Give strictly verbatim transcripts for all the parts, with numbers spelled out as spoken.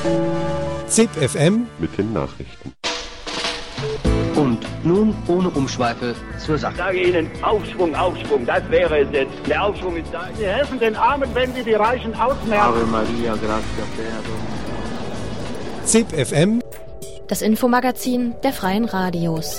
Z I P F M mit den Nachrichten. Und nun ohne Umschweife zur Sache. Ich sage Ihnen, Aufschwung, Aufschwung, das wäre es jetzt. Der Aufschwung ist da. Sie helfen den Armen, wenn Sie die Reichen ausmerzen. Ave Maria, gratia Z I P F M, das Infomagazin der Freien Radios.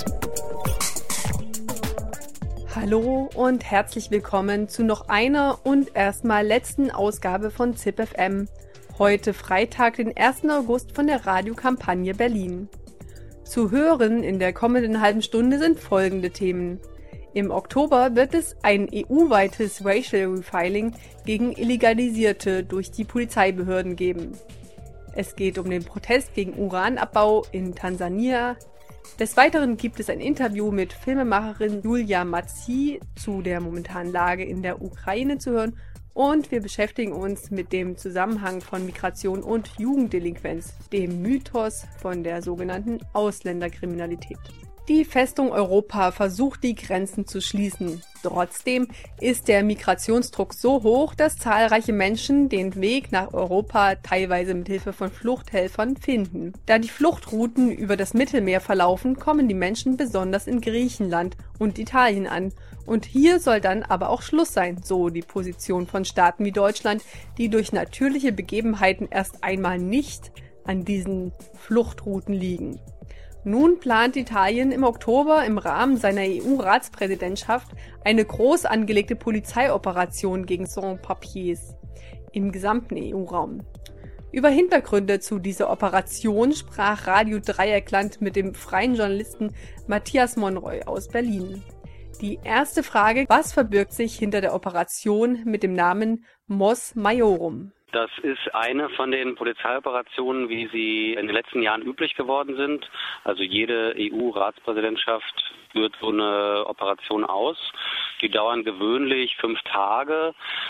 Hallo und herzlich willkommen zu noch einer und erstmal letzten Ausgabe von Z I P F M. Heute Freitag, den ersten August von der Radiokampagne Berlin. Zu hören in der kommenden halben Stunde sind folgende Themen. Im Oktober wird es ein E U-weites Racial Refiling gegen Illegalisierte durch die Polizeibehörden geben. Es geht um den Protest gegen Uranabbau in Tansania. Des Weiteren gibt es ein Interview mit Filmemacherin Julia Mazzi zu der momentanen Lage in der Ukraine zu hören. Und wir beschäftigen uns mit dem Zusammenhang von Migration und Jugenddelinquenz, dem Mythos von der sogenannten Ausländerkriminalität. Die Festung Europa versucht, die Grenzen zu schließen. Trotzdem ist der Migrationsdruck so hoch, dass zahlreiche Menschen den Weg nach Europa teilweise mit Hilfe von Fluchthelfern finden. Da die Fluchtrouten über das Mittelmeer verlaufen, kommen die Menschen besonders in Griechenland und Italien an. Und hier soll dann aber auch Schluss sein, so die Position von Staaten wie Deutschland, die durch natürliche Begebenheiten erst einmal nicht an diesen Fluchtrouten liegen. Nun plant Italien im Oktober im Rahmen seiner E U-Ratspräsidentschaft eine groß angelegte Polizeioperation gegen Sans-Papiers im gesamten E U-Raum. Über Hintergründe zu dieser Operation sprach Radio Dreieckland mit dem freien Journalisten Matthias Monroy aus Berlin. Die erste Frage: Was verbirgt sich hinter der Operation mit dem Namen Mos Maiorum? Das ist eine von den Polizeioperationen, wie sie in den letzten Jahren üblich geworden sind. Also jede E U-Ratspräsidentschaft führt so eine Operation aus. Die dauern gewöhnlich fünf Tage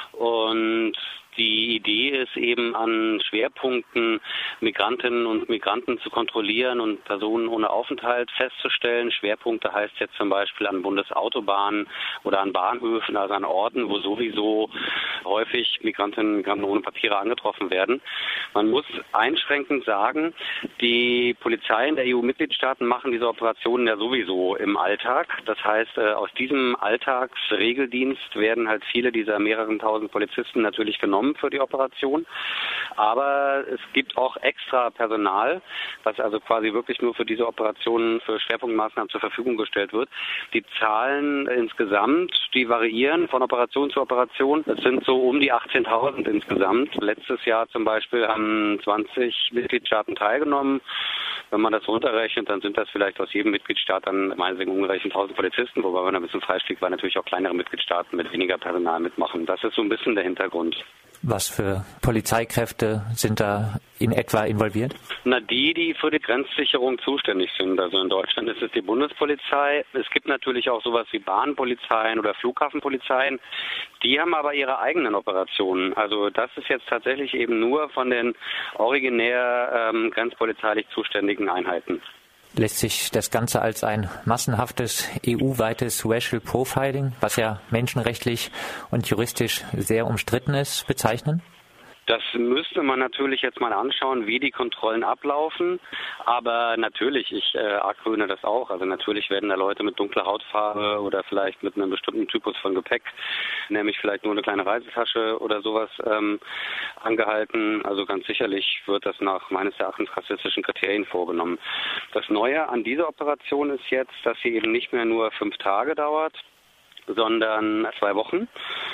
und die Idee ist eben, an Schwerpunkten Migrantinnen und Migranten zu kontrollieren und Personen ohne Aufenthalt festzustellen. Schwerpunkte heißt jetzt zum Beispiel an Bundesautobahnen oder an Bahnhöfen, also an Orten, wo sowieso häufig Migrantinnen und Migranten ohne Papiere angetroffen werden. Man muss einschränkend sagen, die Polizei in der E U-Mitgliedstaaten machen diese Operationen ja sowieso im Alltag. Das heißt, aus diesem Alltagsregeldienst werden halt viele dieser mehreren tausend Polizisten natürlich genommen für die Operation. Aber es gibt auch extra Personal, was also quasi wirklich nur für diese Operationen, für Schwerpunktmaßnahmen zur Verfügung gestellt wird. Die Zahlen insgesamt, die variieren von Operation zu Operation. Es sind so um die achtzehntausend insgesamt. Letztes Jahr zum Beispiel haben zwanzig Mitgliedstaaten teilgenommen. Wenn man das runterrechnet, dann sind das vielleicht aus jedem Mitgliedstaat dann meinetwegen umgerechnet tausend Polizisten, wobei man ein bisschen freischlägt, weil natürlich auch kleinere Mitgliedstaaten mit weniger Personal mitmachen. Das ist so ein bisschen der Hintergrund. Was für Polizeikräfte sind da in etwa involviert? Na, die, die für die Grenzsicherung zuständig sind. Also in Deutschland ist es die Bundespolizei. Es gibt natürlich auch sowas wie Bahnpolizeien oder Flughafenpolizeien. Die haben aber ihre eigenen Operationen. Also das ist jetzt tatsächlich eben nur von den originär ähm, grenzpolizeilich zuständigen Einheiten. Lässt sich das Ganze als ein massenhaftes E U-weites Racial Profiling, was ja menschenrechtlich und juristisch sehr umstritten ist, bezeichnen? Das müsste man natürlich jetzt mal anschauen, wie die Kontrollen ablaufen. Aber natürlich, ich äh, argwöhne das auch. Also natürlich werden da Leute mit dunkler Hautfarbe oder vielleicht mit einem bestimmten Typus von Gepäck, nämlich vielleicht nur eine kleine Reisetasche oder sowas, ähm, angehalten. Also ganz sicherlich wird das nach meines Erachtens rassistischen Kriterien vorgenommen. Das Neue an dieser Operation ist jetzt, dass sie eben nicht mehr nur fünf Tage dauert, sondern zwei Wochen.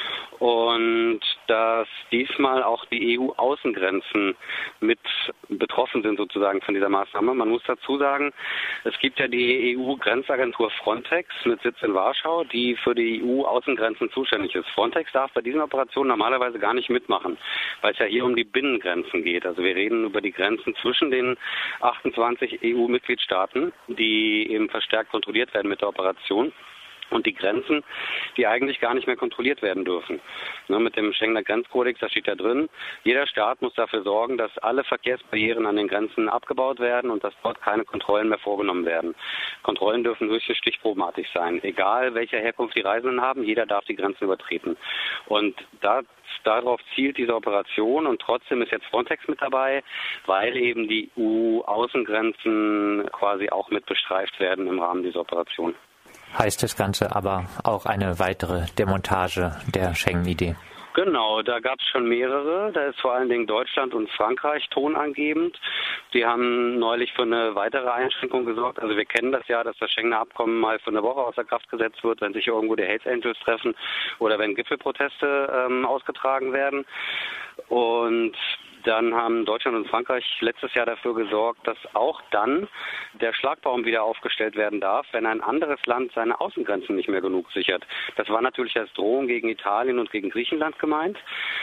Und dass diesmal auch die E U-Außengrenzen mit betroffen sind sozusagen von dieser Maßnahme. Man muss dazu sagen, es gibt ja die E U-Grenzagentur Frontex mit Sitz in Warschau, die für die E U-Außengrenzen zuständig ist. Frontex darf bei diesen Operationen normalerweise gar nicht mitmachen, weil es ja hier um die Binnengrenzen geht. Also wir reden über die Grenzen zwischen den achtundzwanzig E U-Mitgliedstaaten, die eben verstärkt kontrolliert werden mit der Operation. Und die Grenzen, die eigentlich gar nicht mehr kontrolliert werden dürfen. Ne, mit dem Schengener Grenzkodex, da steht ja drin, jeder Staat muss dafür sorgen, dass alle Verkehrsbarrieren an den Grenzen abgebaut werden und dass dort keine Kontrollen mehr vorgenommen werden. Kontrollen dürfen höchstens stichprobenartig sein. Egal welcher Herkunft die Reisenden haben, jeder darf die Grenzen übertreten. Und das darauf zielt diese Operation und trotzdem ist jetzt Frontex mit dabei, weil eben die E U-Außengrenzen quasi auch mit bestreift werden im Rahmen dieser Operation. Heißt das Ganze aber auch eine weitere Demontage der Schengen-Idee? Genau, da gab es schon mehrere. Da ist vor allen Dingen Deutschland und Frankreich tonangebend. Die haben neulich für eine weitere Einschränkung gesorgt. Also wir kennen das ja, dass das Schengener Abkommen mal für eine Woche außer Kraft gesetzt wird, wenn sich irgendwo die Hells Angels treffen oder wenn Gipfelproteste ähm, ausgetragen werden. Und dann haben Deutschland und Frankreich letztes Jahr dafür gesorgt, dass auch dann der Schlagbaum wieder aufgestellt werden darf, wenn ein anderes Land seine Außengrenzen nicht mehr genug sichert. Das war natürlich als Drohung gegen Italien und gegen Griechenland gemeint.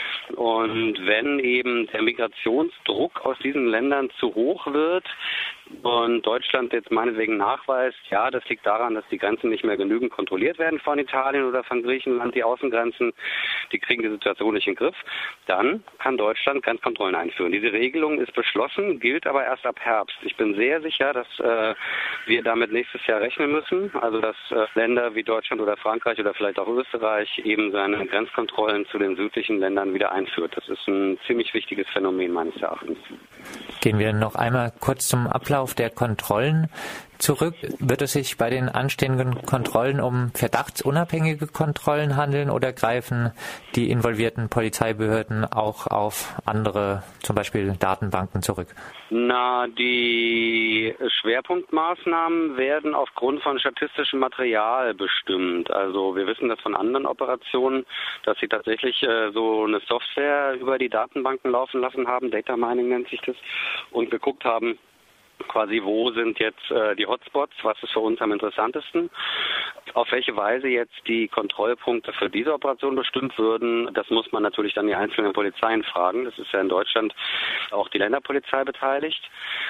Und wenn eben der Migrationsdruck aus diesen Ländern zu hoch wird und Deutschland jetzt meinetwegen nachweist, ja, das liegt daran, dass die Grenzen nicht mehr genügend kontrolliert werden von Italien oder von Griechenland, die Außengrenzen, die kriegen die Situation nicht in den Griff, dann kann Deutschland Grenzkontrollen einführen. Diese Regelung ist beschlossen, gilt aber erst ab Herbst. Ich bin sehr sicher, dass äh, wir damit nächstes Jahr rechnen müssen, also dass äh, Länder wie Deutschland oder Frankreich oder vielleicht auch Österreich eben seine Grenzkontrollen zu den südlichen Ländern wieder einführt. Das ist ein ziemlich wichtiges Phänomen meines Erachtens. Gehen wir noch einmal kurz zum Ablauf der Kontrollen zurück. Wird es sich bei den anstehenden Kontrollen um verdachtsunabhängige Kontrollen handeln oder greifen die involvierten Polizeibehörden auch auf andere, zum Beispiel Datenbanken, zurück? Na, die Schwerpunktmaßnahmen werden aufgrund von statistischem Material bestimmt. Also wir wissen das von anderen Operationen, dass sie tatsächlich äh, so eine Software über die Datenbanken laufen lassen haben, Data Mining nennt sich das, und geguckt haben, quasi, wo sind jetzt äh, die Hotspots, was ist für uns am interessantesten. Auf welche Weise jetzt die Kontrollpunkte für diese Operation bestimmt würden, das muss man natürlich dann die einzelnen Polizeien fragen. Das ist ja in Deutschland auch die Länderpolizei beteiligt,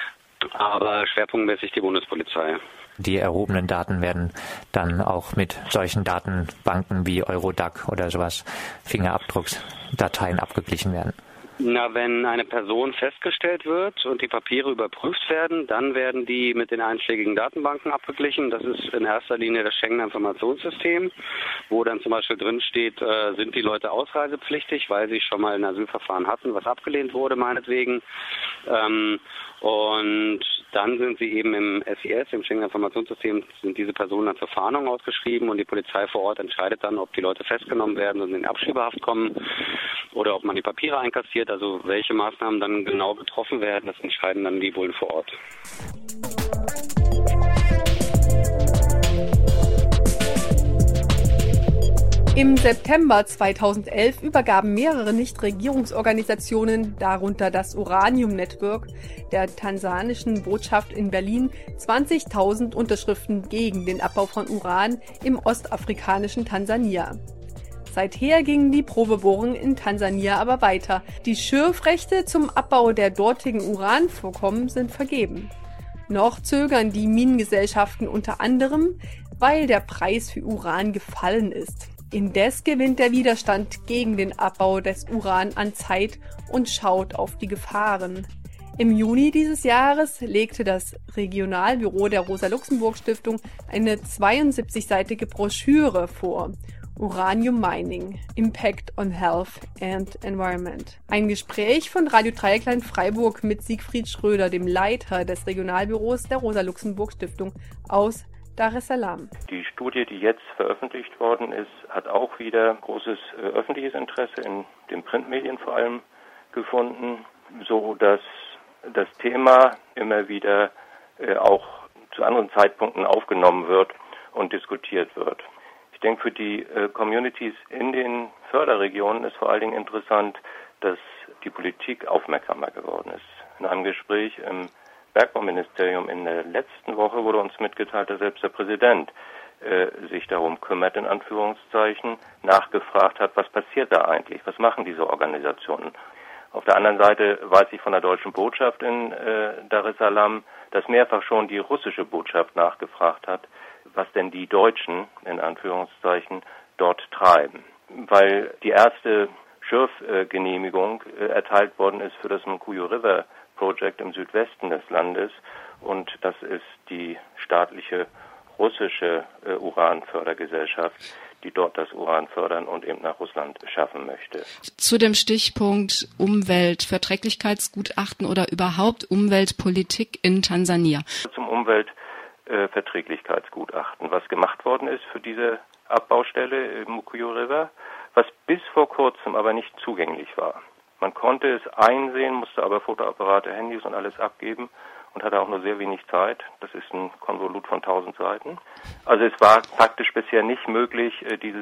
aber schwerpunktmäßig die Bundespolizei. Die erhobenen Daten werden dann auch mit solchen Datenbanken wie Eurodac oder sowas, Fingerabdrucksdateien abgeglichen werden. Na, wenn eine Person festgestellt wird und die Papiere überprüft werden, dann werden die mit den einschlägigen Datenbanken abgeglichen. Das ist in erster Linie das Schengener Informationssystem, wo dann zum Beispiel drin steht, äh, sind die Leute ausreisepflichtig, weil sie schon mal ein Asylverfahren hatten, was abgelehnt wurde, meinetwegen. Ähm, und dann sind sie eben im S I S, im Schengener Informationssystem, sind diese Personen dann zur Fahndung ausgeschrieben und die Polizei vor Ort entscheidet dann, ob die Leute festgenommen werden und in Abschiebehaft kommen oder ob man die Papiere einkassiert. Also welche Maßnahmen dann genau getroffen werden, das entscheiden dann die Bullen vor Ort. Im September zweitausendelf übergaben mehrere Nichtregierungsorganisationen, darunter das Uranium Network, der tansanischen Botschaft in Berlin zwanzigtausend Unterschriften gegen den Abbau von Uran im ostafrikanischen Tansania. Seither gingen die Probebohrungen in Tansania aber weiter. Die Schürfrechte zum Abbau der dortigen Uranvorkommen sind vergeben. Noch zögern die Minengesellschaften unter anderem, weil der Preis für Uran gefallen ist. Indes gewinnt der Widerstand gegen den Abbau des Uran an Zeit und schaut auf die Gefahren. Im Juni dieses Jahres legte das Regionalbüro der Rosa-Luxemburg-Stiftung eine zweiundsiebzigseitige Broschüre vor. Uranium Mining, Impact on Health and Environment. Ein Gespräch von Radio Dreieckland Freiburg mit Siegfried Schröder, dem Leiter des Regionalbüros der Rosa-Luxemburg-Stiftung aus Dar es Salaam. Die Studie, die jetzt veröffentlicht worden ist, hat auch wieder großes äh, öffentliches Interesse in den Printmedien vor allem gefunden, so dass das Thema immer wieder äh, auch zu anderen Zeitpunkten aufgenommen wird und diskutiert wird. Ich denke, für die äh, Communities in den Förderregionen ist vor allen Dingen interessant, dass die Politik aufmerksamer geworden ist. In einem Gespräch im Bergbauministerium in der letzten Woche wurde uns mitgeteilt, dass selbst der Präsident äh, sich darum kümmert, in Anführungszeichen, nachgefragt hat, was passiert da eigentlich, was machen diese Organisationen. Auf der anderen Seite weiß ich von der deutschen Botschaft in äh, Dar es Salaam, dass mehrfach schon die russische Botschaft nachgefragt hat, was denn die Deutschen, in Anführungszeichen, dort treiben. Weil die erste Schürfgenehmigung äh, erteilt worden ist für das Mkuyu River Project im Südwesten des Landes und das ist die staatliche russische äh, Uranfördergesellschaft, die dort das Uran fördern und eben nach Russland schaffen möchte. Zu dem Stichpunkt Umweltverträglichkeitsgutachten oder überhaupt Umweltpolitik in Tansania. Zum Umweltverträglichkeitsgutachten, was gemacht worden ist für diese Abbaustelle im Mukuyu River, was bis vor kurzem aber nicht zugänglich war. Man konnte es einsehen, musste aber Fotoapparate, Handys und alles abgeben und hatte auch nur sehr wenig Zeit. Das ist ein Konvolut von tausend Seiten. Also es war faktisch bisher nicht möglich, dieses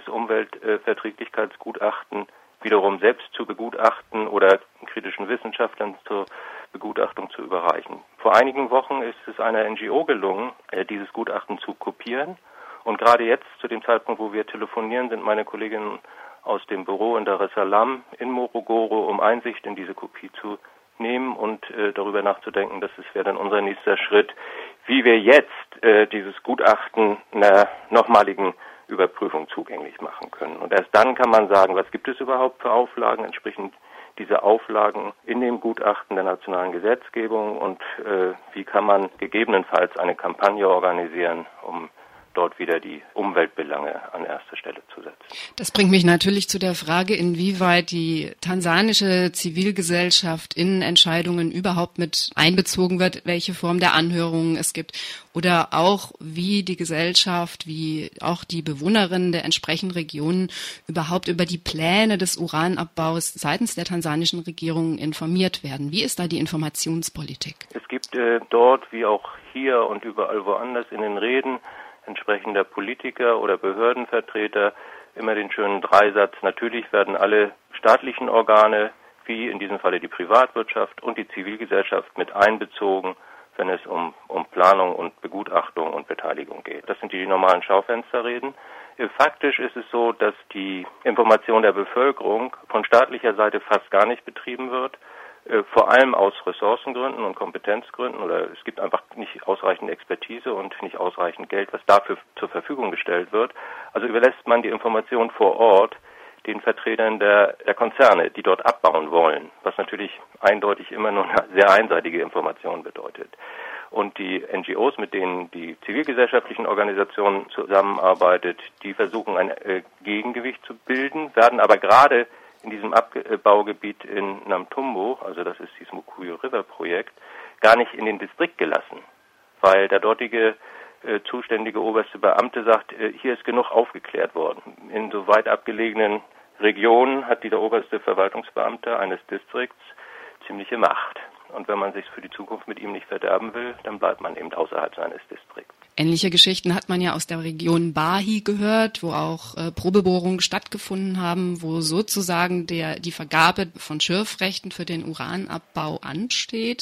Umweltverträglichkeitsgutachten wiederum selbst zu begutachten oder kritischen Wissenschaftlern zur Begutachtung zu überreichen. Vor einigen Wochen ist es einer N G O gelungen, dieses Gutachten zu kopieren. Und gerade jetzt, zu dem Zeitpunkt, wo wir telefonieren, sind meine Kolleginnen aus dem Büro in Dar es Salaam in Morogoro, um Einsicht in diese Kopie zu nehmen und äh, darüber nachzudenken, das wäre dann unser nächster Schritt, wie wir jetzt äh, dieses Gutachten einer nochmaligen Überprüfung zugänglich machen können. Und erst dann kann man sagen, was gibt es überhaupt für Auflagen, entsprechend diese Auflagen in dem Gutachten der nationalen Gesetzgebung und äh, wie kann man gegebenenfalls eine Kampagne organisieren, um dort wieder die Umweltbelange an erste Stelle zu setzen. Das bringt mich natürlich zu der Frage, inwieweit die tansanische Zivilgesellschaft in Entscheidungen überhaupt mit einbezogen wird, welche Form der Anhörungen es gibt oder auch wie die Gesellschaft, wie auch die Bewohnerinnen der entsprechenden Regionen überhaupt über die Pläne des Uranabbaus seitens der tansanischen Regierung informiert werden. Wie ist da die Informationspolitik? Es gibt äh, dort wie auch hier und überall woanders in den Reden entsprechender Politiker oder Behördenvertreter immer den schönen Dreisatz, natürlich werden alle staatlichen Organe, wie in diesem Falle die Privatwirtschaft und die Zivilgesellschaft mit einbezogen, wenn es um, um Planung und Begutachtung und Beteiligung geht. Das sind die normalen Schaufensterreden. Faktisch ist es so, dass die Information der Bevölkerung von staatlicher Seite fast gar nicht betrieben wird, vor allem aus Ressourcengründen und Kompetenzgründen, oder es gibt einfach nicht ausreichend Expertise und nicht ausreichend Geld, was dafür zur Verfügung gestellt wird. Also überlässt man die Information vor Ort den Vertretern der, der Konzerne, die dort abbauen wollen, was natürlich eindeutig immer nur eine sehr einseitige Information bedeutet. Und die N G Os, mit denen die zivilgesellschaftlichen Organisationen zusammenarbeitet, die versuchen ein äh, Gegengewicht zu bilden, werden aber gerade in diesem Abbaugebiet in Namtumbo, also das ist dieses Mukuyu River Projekt, gar nicht in den Distrikt gelassen, weil der dortige äh, zuständige oberste Beamte sagt, äh, hier ist genug aufgeklärt worden. In so weit abgelegenen Regionen hat dieser oberste Verwaltungsbeamte eines Distrikts ziemliche Macht. Und wenn man sich für die Zukunft mit ihm nicht verderben will, dann bleibt man eben außerhalb seines Distrikts. Ähnliche Geschichten hat man ja aus der Region Bahi gehört, wo auch äh, Probebohrungen stattgefunden haben, wo sozusagen der die Vergabe von Schürfrechten für den Uranabbau ansteht,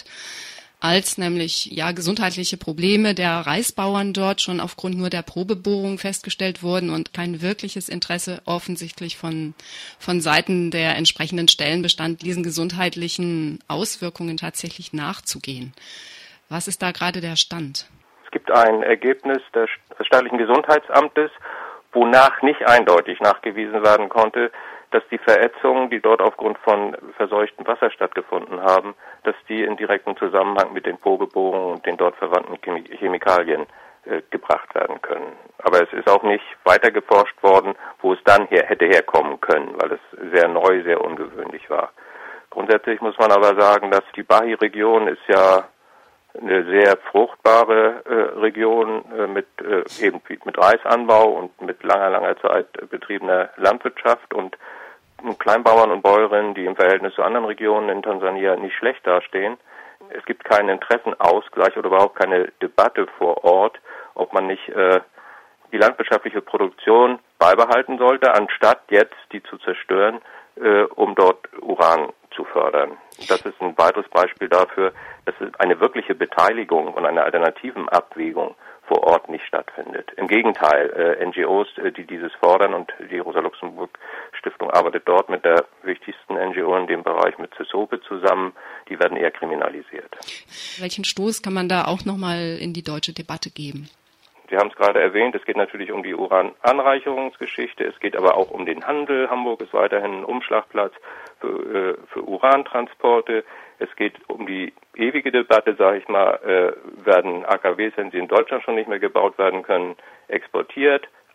als nämlich ja gesundheitliche Probleme der Reisbauern dort schon aufgrund nur der Probebohrung festgestellt wurden und kein wirkliches Interesse offensichtlich von von Seiten der entsprechenden Stellen bestand, diesen gesundheitlichen Auswirkungen tatsächlich nachzugehen. Was ist da gerade der Stand? Es gibt ein Ergebnis des staatlichen Gesundheitsamtes, wonach nicht eindeutig nachgewiesen werden konnte, dass die Verätzungen, die dort aufgrund von verseuchtem Wasser stattgefunden haben, dass die in direktem Zusammenhang mit den Probebohrungen und den dort verwandten Chemikalien äh, gebracht werden können. Aber es ist auch nicht weiter geforscht worden, wo es dann her, hätte herkommen können, weil es sehr neu, sehr ungewöhnlich war. Grundsätzlich muss man aber sagen, dass die Bahi-Region ist ja eine sehr fruchtbare äh, Region äh, mit äh, eben mit Reisanbau und mit langer, langer Zeit äh, betriebener Landwirtschaft und Kleinbauern und Bäuerinnen, die im Verhältnis zu anderen Regionen in Tansania nicht schlecht dastehen. Es gibt keinen Interessenausgleich oder überhaupt keine Debatte vor Ort, ob man nicht äh, die landwirtschaftliche Produktion beibehalten sollte, anstatt jetzt die zu zerstören, äh, um dort Uran zu fördern. Das ist ein weiteres Beispiel dafür, dass eine wirkliche Beteiligung und eine alternativen Abwägung vor Ort nicht stattfindet. Im Gegenteil, äh, N G Os, äh, die dieses fordern, und die Rosa-Luxemburg-Stiftung arbeitet dort mit der wichtigsten N G O in dem Bereich, mit CESOPE zusammen, die werden eher kriminalisiert. Welchen Stoß kann man da auch nochmal in die deutsche Debatte geben? Sie haben es gerade erwähnt, es geht natürlich um die Urananreicherungsgeschichte, es geht aber auch um den Handel. Hamburg ist weiterhin ein Umschlagplatz für, äh, für Urantransporte. Es geht um die ewige Debatte, sage ich mal, äh, werden A K Ws, wenn sie in Deutschland schon nicht mehr gebaut werden können, exportiert.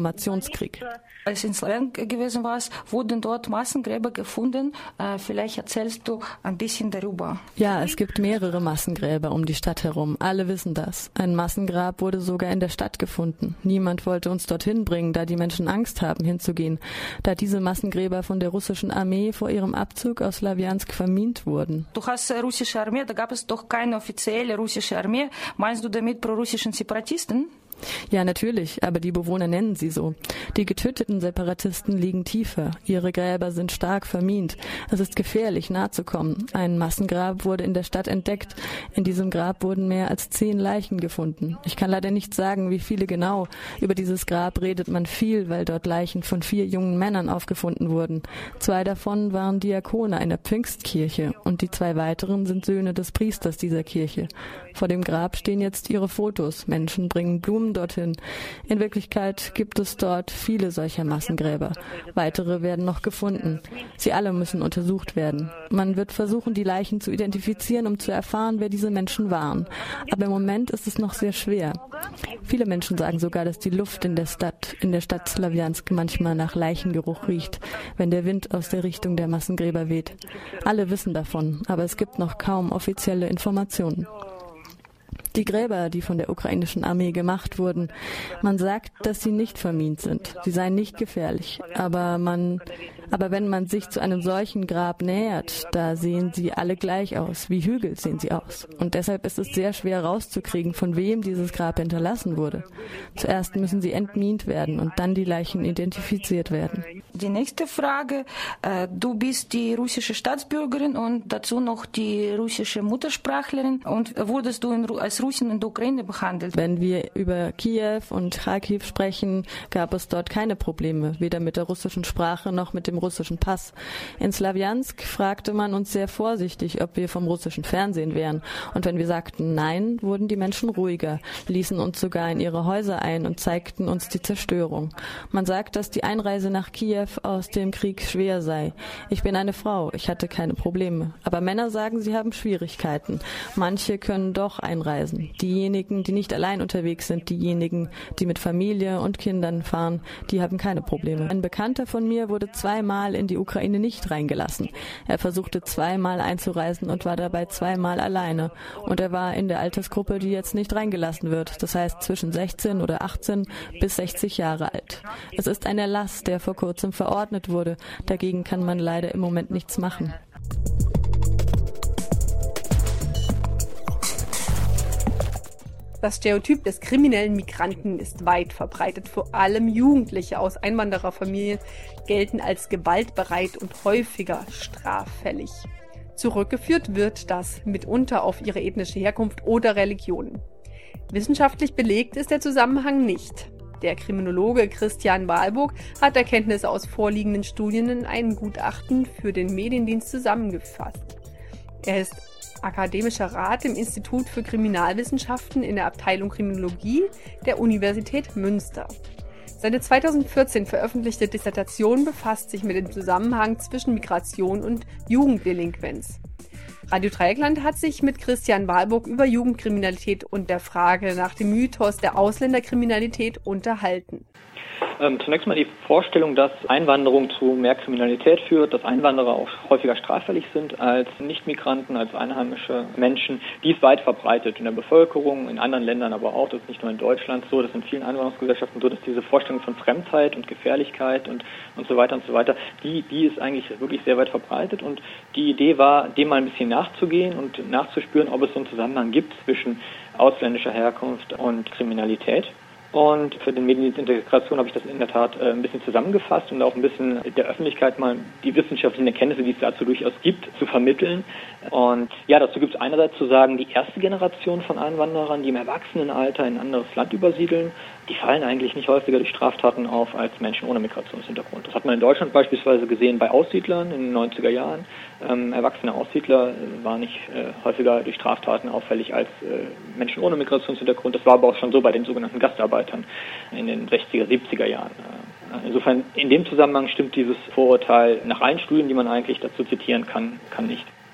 Informationskrieg. Als in Slawjansk gewesen warst, wurden dort Massengräber gefunden. Äh, vielleicht erzählst du ein bisschen darüber. Ja, es gibt mehrere Massengräber um die Stadt herum. Alle wissen das. Ein Massengrab wurde sogar in der Stadt gefunden. Niemand wollte uns dorthin bringen, da die Menschen Angst haben, hinzugehen, da diese Massengräber von der russischen Armee vor ihrem Abzug aus Slawjansk vermint wurden. Du hast russische Armee, da gab es doch keine offizielle russische Armee. Meinst du damit prorussischen Separatisten? Ja, natürlich, aber die Bewohner nennen sie so. Die getöteten Separatisten liegen tiefer. Ihre Gräber sind stark vermint. Es ist gefährlich, nahe zu kommen. Ein Massengrab wurde in der Stadt entdeckt. In diesem Grab wurden mehr als zehn Leichen gefunden. Ich kann leider nicht sagen, wie viele genau. Über dieses Grab redet man viel, weil dort Leichen von vier jungen Männern aufgefunden wurden. Zwei davon waren Diakone einer Pfingstkirche und die zwei weiteren sind Söhne des Priesters dieser Kirche. Vor dem Grab stehen jetzt ihre Fotos. Menschen bringen Blumen dorthin. In Wirklichkeit gibt es dort viele solcher Massengräber. Weitere werden noch gefunden. Sie alle müssen untersucht werden. Man wird versuchen, die Leichen zu identifizieren, um zu erfahren, wer diese Menschen waren. Aber im Moment ist es noch sehr schwer. Viele Menschen sagen sogar, dass die Luft in der Stadt, in der Stadt Slawjansk manchmal nach Leichengeruch riecht, wenn der Wind aus der Richtung der Massengräber weht. Alle wissen davon, aber es gibt noch kaum offizielle Informationen. Die Gräber, die von der ukrainischen Armee gemacht wurden, man sagt, dass sie nicht vermint sind. Sie seien nicht gefährlich. Aber man, aber wenn man sich zu einem solchen Grab nähert, da sehen sie alle gleich aus. Wie Hügel sehen sie aus. Und deshalb ist es sehr schwer rauszukriegen, von wem dieses Grab hinterlassen wurde. Zuerst müssen sie entmint werden und dann die Leichen identifiziert werden. Die nächste Frage. Du bist die russische Staatsbürgerin und dazu noch die russische Muttersprachlerin. Und wurdest du in, als Russin in der Ukraine behandelt? Wenn wir über Kiew und Kharkiv sprechen, gab es dort keine Probleme, weder mit der russischen Sprache noch mit dem russischen Pass. In Slawjansk fragte man uns sehr vorsichtig, ob wir vom russischen Fernsehen wären. Und wenn wir sagten nein, wurden die Menschen ruhiger, ließen uns sogar in ihre Häuser ein und zeigten uns die Zerstörung. Man sagt, dass die Einreise nach Kiew aus dem Krieg schwer sei. Ich bin eine Frau, ich hatte keine Probleme. Aber Männer sagen, sie haben Schwierigkeiten. Manche können doch einreisen. Diejenigen, die nicht allein unterwegs sind, diejenigen, die mit Familie und Kindern fahren, die haben keine Probleme. Ein Bekannter von mir wurde zweimal in die Ukraine nicht reingelassen. Er versuchte zweimal einzureisen und war dabei zweimal alleine. Und er war in der Altersgruppe, die jetzt nicht reingelassen wird. Das heißt zwischen sechzehn oder achtzehn bis sechzig Jahre alt. Es ist ein Erlass, der vor kurzem verordnet wurde. Dagegen kann man leider im Moment nichts machen. Das Stereotyp des kriminellen Migranten ist weit verbreitet. Vor allem Jugendliche aus Einwandererfamilien gelten als gewaltbereit und häufiger straffällig. Zurückgeführt wird das mitunter auf ihre ethnische Herkunft oder Religion. Wissenschaftlich belegt ist der Zusammenhang nicht. Der Kriminologe Christian Wahlburg hat Erkenntnisse aus vorliegenden Studien in ein Gutachten für den Mediendienst zusammengefasst. Er ist akademischer Rat im Institut für Kriminalwissenschaften in der Abteilung Kriminologie der Universität Münster. Seine zweitausendvierzehn veröffentlichte Dissertation befasst sich mit dem Zusammenhang zwischen Migration und Jugenddelinquenz. Radio Dreieckland hat sich mit Christian Wahlburg über Jugendkriminalität und der Frage nach dem Mythos der Ausländerkriminalität unterhalten. Ähm, zunächst mal die Vorstellung, dass Einwanderung zu mehr Kriminalität führt, dass Einwanderer auch häufiger straffällig sind als Nichtmigranten, als einheimische Menschen. Die ist weit verbreitet in der Bevölkerung, in anderen Ländern aber auch. Das ist nicht nur in Deutschland so, das ist in vielen Einwanderungsgesellschaften so, dass diese Vorstellung von Fremdheit und Gefährlichkeit und, und so weiter und so weiter, die, die ist eigentlich wirklich sehr weit verbreitet. Und die Idee war, dem mal ein bisschen nachzugehen und nachzuspüren, ob es so einen Zusammenhang gibt zwischen ausländischer Herkunft und Kriminalität. Und für den Mediendienst Integration habe ich das in der Tat äh, ein bisschen zusammengefasst und auch ein bisschen der Öffentlichkeit mal die wissenschaftlichen Erkenntnisse, die es dazu durchaus gibt, zu vermitteln. Und ja, dazu gibt es einerseits zu sagen, die erste Generation von Einwanderern, die im Erwachsenenalter in ein anderes Land übersiedeln, die fallen eigentlich nicht häufiger durch Straftaten auf als Menschen ohne Migrationshintergrund. Das hat man in Deutschland beispielsweise gesehen bei Aussiedlern in den neunziger Jahren. Ähm, erwachsene Aussiedler äh, waren nicht äh, häufiger durch Straftaten auffällig als äh, Menschen ohne Migrationshintergrund. Das war aber auch schon so bei den sogenannten Gastarbeitern in den sechziger, siebziger Jahren. Äh, insofern, in dem Zusammenhang stimmt dieses Vorurteil nach allen Studien, die man eigentlich dazu zitieren kann, kann nicht.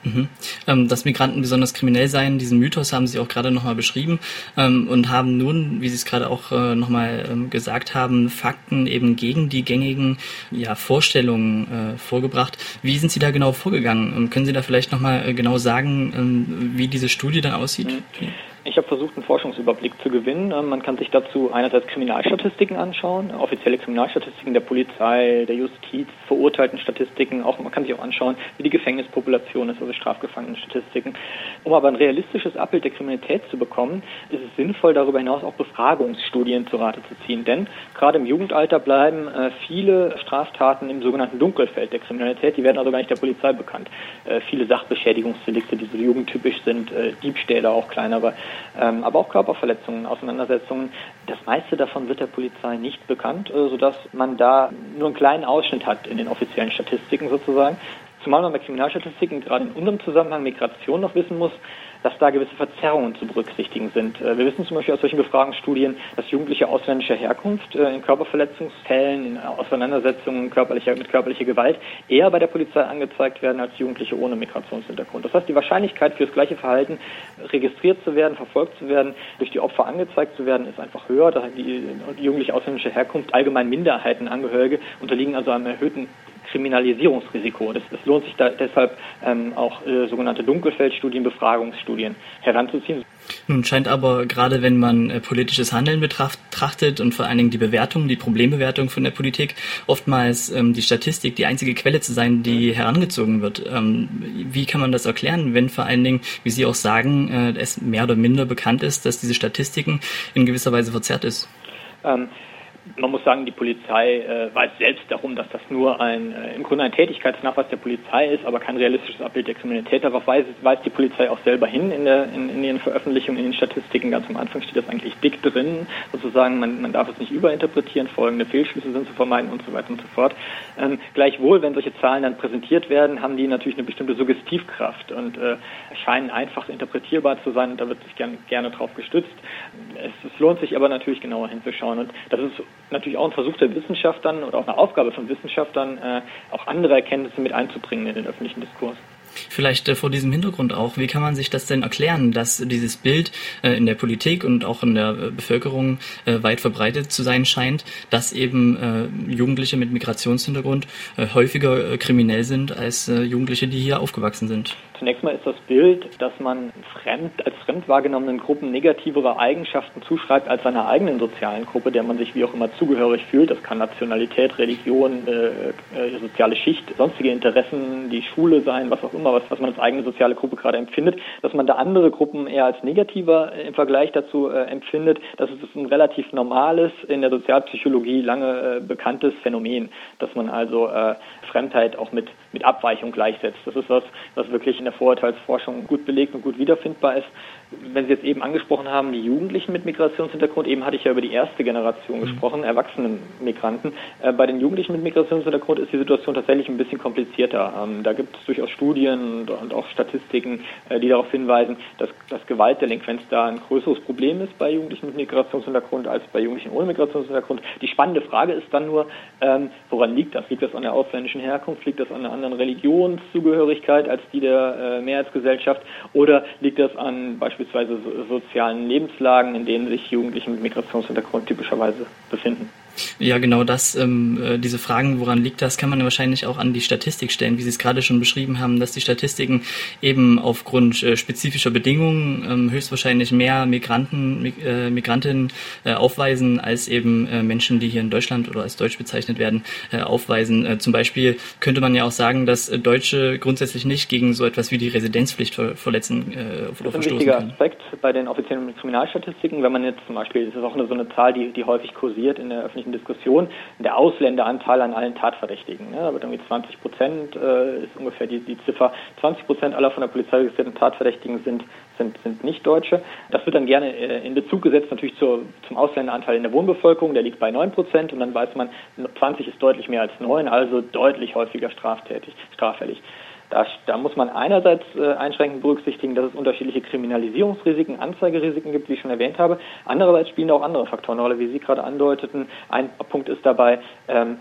Mhm. Ähm, dass Migranten besonders kriminell seien, diesen Mythos haben Sie auch gerade nochmal beschrieben ähm, und haben nun, wie Sie es gerade auch äh, nochmal ähm, gesagt haben, Fakten eben gegen die gängigen ja, Vorstellungen äh, vorgebracht. Wie sind Sie da genau vorgegangen? Ähm, können Sie da vielleicht nochmal äh, genau sagen, ähm, wie diese Studie dann aussieht? Mhm. Ich habe versucht, einen Forschungsüberblick zu gewinnen. Man kann sich dazu einerseits Kriminalstatistiken anschauen, offizielle Kriminalstatistiken der Polizei, der Justiz, Verurteiltenstatistiken. Auch, man kann sich auch anschauen, wie die Gefängnispopulation ist, also Strafgefangenenstatistiken. Um aber ein realistisches Abbild der Kriminalität zu bekommen, ist es sinnvoll, darüber hinaus auch Befragungsstudien zu Rate zu ziehen. Denn gerade im Jugendalter bleiben äh, viele Straftaten im sogenannten Dunkelfeld der Kriminalität. Die werden also gar nicht der Polizei bekannt. Äh, viele Sachbeschädigungsdelikte, die so jugendtypisch sind, äh, Diebstähle, auch kleinere, ähm, aber auch Körperverletzungen, Auseinandersetzungen. Das meiste davon wird der Polizei nicht bekannt, äh, sodass man da nur einen kleinen Ausschnitt hat in den offiziellen Statistiken sozusagen. Zumal man bei Kriminalstatistiken gerade in unserem Zusammenhang Migration noch wissen muss, dass da gewisse Verzerrungen zu berücksichtigen sind. Wir wissen zum Beispiel aus solchen Befragungsstudien, dass Jugendliche ausländischer Herkunft in Körperverletzungsfällen, in Auseinandersetzungen körperlicher, mit körperlicher Gewalt eher bei der Polizei angezeigt werden als Jugendliche ohne Migrationshintergrund. Das heißt, die Wahrscheinlichkeit für das gleiche Verhalten, registriert zu werden, verfolgt zu werden, durch die Opfer angezeigt zu werden, ist einfach höher. Die Jugendliche ausländischer Herkunft, allgemein Minderheitenangehörige, unterliegen also einem erhöhten Kriminalisierungsrisiko. Das, das lohnt sich da deshalb ähm, auch äh, sogenannte Dunkelfeldstudien, Befragungsstudien heranzuziehen. Nun scheint aber gerade, wenn man äh, politisches Handeln betrachtet und vor allen Dingen die Bewertung, die Problembewertung von der Politik, oftmals ähm, die Statistik die einzige Quelle zu sein, die herangezogen wird. Ähm, wie kann man das erklären, wenn vor allen Dingen, wie Sie auch sagen, äh, es mehr oder minder bekannt ist, dass diese Statistiken in gewisser Weise verzerrt ist? Ähm, Man muss sagen, die Polizei äh, weiß selbst darum, dass das nur ein äh, im Grunde ein Tätigkeitsnachweis der Polizei ist, aber kein realistisches Abbild der Kriminalität. Darauf weist, weist die Polizei auch selber hin in, der, in, in ihren Veröffentlichungen, in den Statistiken. Ganz am Anfang steht das eigentlich dick drin, sozusagen, man, man darf es nicht überinterpretieren, folgende Fehlschlüsse sind zu vermeiden und so weiter und so fort. Ähm, gleichwohl, wenn solche Zahlen dann präsentiert werden, haben die natürlich eine bestimmte Suggestivkraft und äh, scheinen einfach interpretierbar zu sein und da wird sich gern, gerne drauf gestützt. Es, es lohnt sich aber natürlich genauer hinzuschauen und das ist natürlich auch ein Versuch der Wissenschaft dann oder auch eine Aufgabe von Wissenschaftlern, äh, auch andere Erkenntnisse mit einzubringen in den öffentlichen Diskurs. Vielleicht äh, vor diesem Hintergrund auch, wie kann man sich das denn erklären, dass dieses Bild äh, in der Politik und auch in der äh, Bevölkerung äh, weit verbreitet zu sein scheint, dass eben äh, Jugendliche mit Migrationshintergrund äh, häufiger äh, kriminell sind als äh, Jugendliche, die hier aufgewachsen sind? Zunächst mal ist das Bild, dass man fremd, als fremd wahrgenommenen Gruppen negativere Eigenschaften zuschreibt als seiner eigenen sozialen Gruppe, der man sich wie auch immer zugehörig fühlt. Das kann Nationalität, Religion, äh, äh, soziale Schicht, sonstige Interessen, die Schule sein, was auch immer, was, was man als eigene soziale Gruppe gerade empfindet. Dass man da andere Gruppen eher als negativer äh, im Vergleich dazu äh, empfindet, das ist ein relativ normales, in der Sozialpsychologie lange äh, bekanntes Phänomen, dass man also äh, Fremdheit auch mit, mit Abweichung gleichsetzt. Das ist was, was wirklich in der Vorurteilsforschung gut belegt und gut wiederfindbar ist. Wenn Sie jetzt eben angesprochen haben, die Jugendlichen mit Migrationshintergrund, eben hatte ich ja über die erste Generation gesprochen, erwachsenen Migranten. Äh, bei den Jugendlichen mit Migrationshintergrund ist die Situation tatsächlich ein bisschen komplizierter. Ähm, da gibt es durchaus Studien und, und auch Statistiken, äh, die darauf hinweisen, dass, dass Gewaltdelinquenz da ein größeres Problem ist bei Jugendlichen mit Migrationshintergrund als bei Jugendlichen ohne Migrationshintergrund. Die spannende Frage ist dann nur, ähm, woran liegt das? Liegt das an der ausländischen Herkunft? Liegt das an einer anderen Religionszugehörigkeit als die der äh, Mehrheitsgesellschaft? Oder liegt das an beispielsweise beispielsweise sozialen Lebenslagen, in denen sich Jugendliche mit Migrationshintergrund typischerweise befinden? Ja, genau das, ähm, diese Fragen, woran liegt das, kann man wahrscheinlich auch an die Statistik stellen, wie Sie es gerade schon beschrieben haben, dass die Statistiken eben aufgrund äh, spezifischer Bedingungen ähm, höchstwahrscheinlich mehr Migranten, Mig- äh, Migrantinnen äh, aufweisen, als eben äh, Menschen, die hier in Deutschland oder als deutsch bezeichnet werden, äh, aufweisen. Äh, zum Beispiel könnte man ja auch sagen, dass äh, Deutsche grundsätzlich nicht gegen so etwas wie die Residenzpflicht ver- verletzen äh, oder verstoßen können. Das ist ein wichtiger Aspekt bei den offiziellen Kriminalstatistiken, wenn man jetzt zum Beispiel, das ist auch eine, so eine Zahl, die, die häufig kursiert in der öffentlichen Diskussion, der Ausländeranteil an allen Tatverdächtigen. Ja, da wird irgendwie zwanzig Prozent äh, ist ungefähr die, die Ziffer. zwanzig Prozent aller von der Polizei registrierten Tatverdächtigen sind, sind, sind nicht Deutsche. Das wird dann gerne äh, in Bezug gesetzt natürlich zur, zum Ausländeranteil in der Wohnbevölkerung, der liegt bei neun Prozent und dann weiß man, zwanzig ist deutlich mehr als neun, also deutlich häufiger straftätig, straffällig. Da, da muss man einerseits äh, einschränkend berücksichtigen, dass es unterschiedliche Kriminalisierungsrisiken, Anzeigerisiken gibt, wie ich schon erwähnt habe. Andererseits spielen auch andere Faktoren eine Rolle, wie Sie gerade andeuteten. Ein Punkt ist dabei, ähm,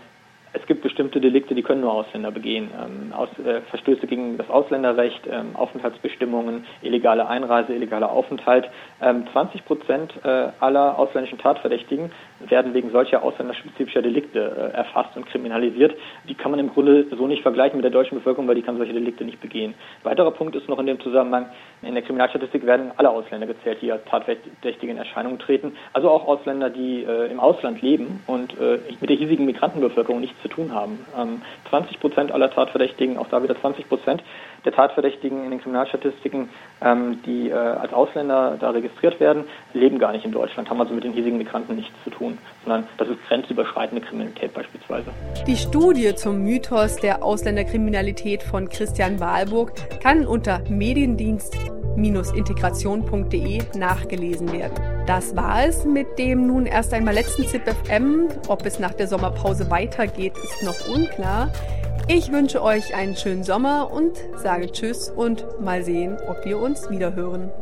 Es gibt bestimmte Delikte, die können nur Ausländer begehen. Ähm, Aus, äh, Verstöße gegen das Ausländerrecht, ähm, Aufenthaltsbestimmungen, illegale Einreise, illegaler Aufenthalt. Ähm, zwanzig Prozent äh, aller ausländischen Tatverdächtigen werden wegen solcher ausländerspezifischer Delikte äh, erfasst und kriminalisiert. Die kann man im Grunde so nicht vergleichen mit der deutschen Bevölkerung, weil die kann solche Delikte nicht begehen. Ein weiterer Punkt ist noch in dem Zusammenhang, in der Kriminalstatistik werden alle Ausländer gezählt, die als Tatverdächtige in Erscheinung treten. Also auch Ausländer, die äh, im Ausland leben und äh, mit der hiesigen Migrantenbevölkerung nichts zu tun haben. Ähm, zwanzig Prozent aller Tatverdächtigen, auch da wieder zwanzig Prozent der Tatverdächtigen in den Kriminalstatistiken, ähm, die äh, als Ausländer da registriert werden, leben gar nicht in Deutschland, haben also mit den hiesigen Migranten nichts zu tun, sondern das ist grenzüberschreitende Kriminalität beispielsweise. Die Studie zum Mythos der Ausländerkriminalität von Christian Wahlburg kann unter mediendienst Bindestrich integration punkt de nachgelesen werden. Das war es mit dem nun erst einmal letzten Z I P F M. Ob es nach der Sommerpause weitergeht, ist noch unklar. Ich wünsche euch einen schönen Sommer und sage Tschüss und mal sehen, ob wir uns wiederhören.